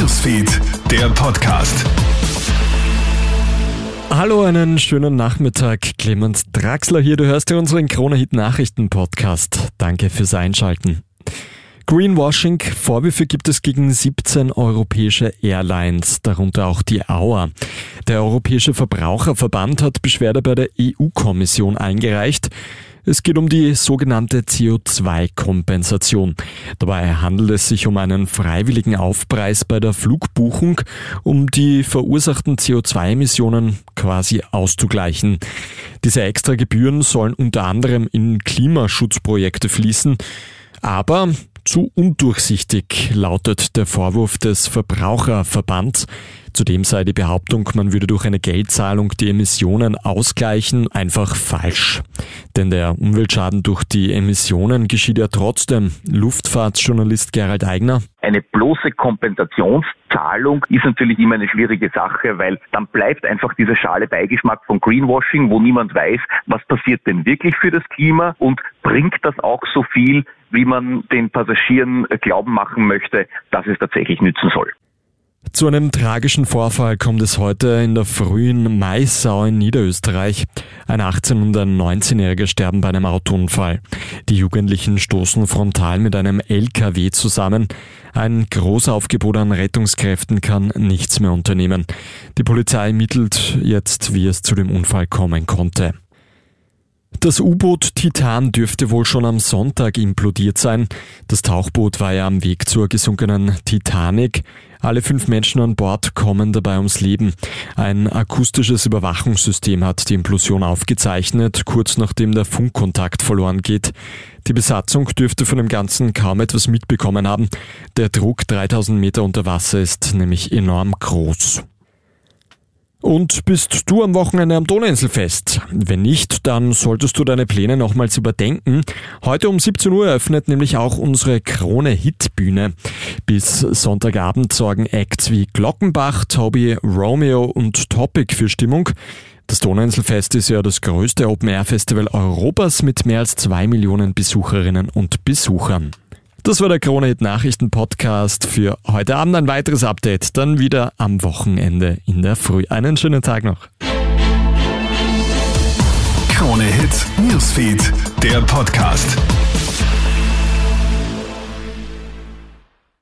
Newsfeed, der Podcast. Hallo, einen schönen Nachmittag. Clemens Draxler hier. Du hörst ja unseren Krone-Hit-Nachrichten-Podcast. Danke fürs Einschalten. Greenwashing. Vorwürfe gibt es gegen 17 europäische Airlines, darunter auch die Auer. Der Europäische Verbraucherverband hat Beschwerde bei der EU-Kommission eingereicht. Es geht um die sogenannte CO2-Kompensation. Dabei handelt es sich um einen freiwilligen Aufpreis bei der Flugbuchung, um die verursachten CO2-Emissionen quasi auszugleichen. Diese extra Gebühren sollen unter anderem in Klimaschutzprojekte fließen, aber zu undurchsichtig lautet der Vorwurf des Verbraucherverbands. Zudem sei die Behauptung, man würde durch eine Geldzahlung die Emissionen ausgleichen, einfach falsch. Denn der Umweltschaden durch die Emissionen geschieht ja trotzdem. Luftfahrtjournalist Gerald Eigner. Eine bloße Kompensationszahlung ist natürlich immer eine schwierige Sache, weil dann bleibt einfach dieser schale Beigeschmack von Greenwashing, wo niemand weiß, was passiert denn wirklich für das Klima und bringt das auch so viel, wie man den Passagieren glauben machen möchte, dass es tatsächlich nützen soll. Zu einem tragischen Vorfall kommt es heute in der Früh in Maisau in Niederösterreich. Ein 18- und ein 19-Jähriger sterben bei einem Autounfall. Die Jugendlichen stoßen frontal mit einem LKW zusammen. Ein Großaufgebot an Rettungskräften kann nichts mehr unternehmen. Die Polizei ermittelt jetzt, wie es zu dem Unfall kommen konnte. Das U-Boot Titan dürfte wohl schon am Sonntag implodiert sein. Das Tauchboot war ja am Weg zur gesunkenen Titanic. Alle 5 Menschen an Bord kommen dabei ums Leben. Ein akustisches Überwachungssystem hat die Implosion aufgezeichnet, kurz nachdem der Funkkontakt verloren geht. Die Besatzung dürfte von dem Ganzen kaum etwas mitbekommen haben. Der Druck 3000 Meter unter Wasser ist nämlich enorm groß. Und bist du am Wochenende am Donauinselfest? Wenn nicht, dann solltest du deine Pläne nochmals überdenken. Heute um 17 Uhr eröffnet nämlich auch unsere Krone-Hit-Bühne. Bis Sonntagabend sorgen Acts wie Glockenbach, Toby, Romeo und Topic für Stimmung. Das Donauinselfest ist ja das größte Open-Air-Festival Europas mit mehr als 2 Millionen Besucherinnen und Besuchern. Das war der Krone-Hit-Nachrichten-Podcast für heute Abend. Ein weiteres Update dann wieder am Wochenende in der Früh. Einen schönen Tag noch. Krone-Hit Newsfeed, der Podcast.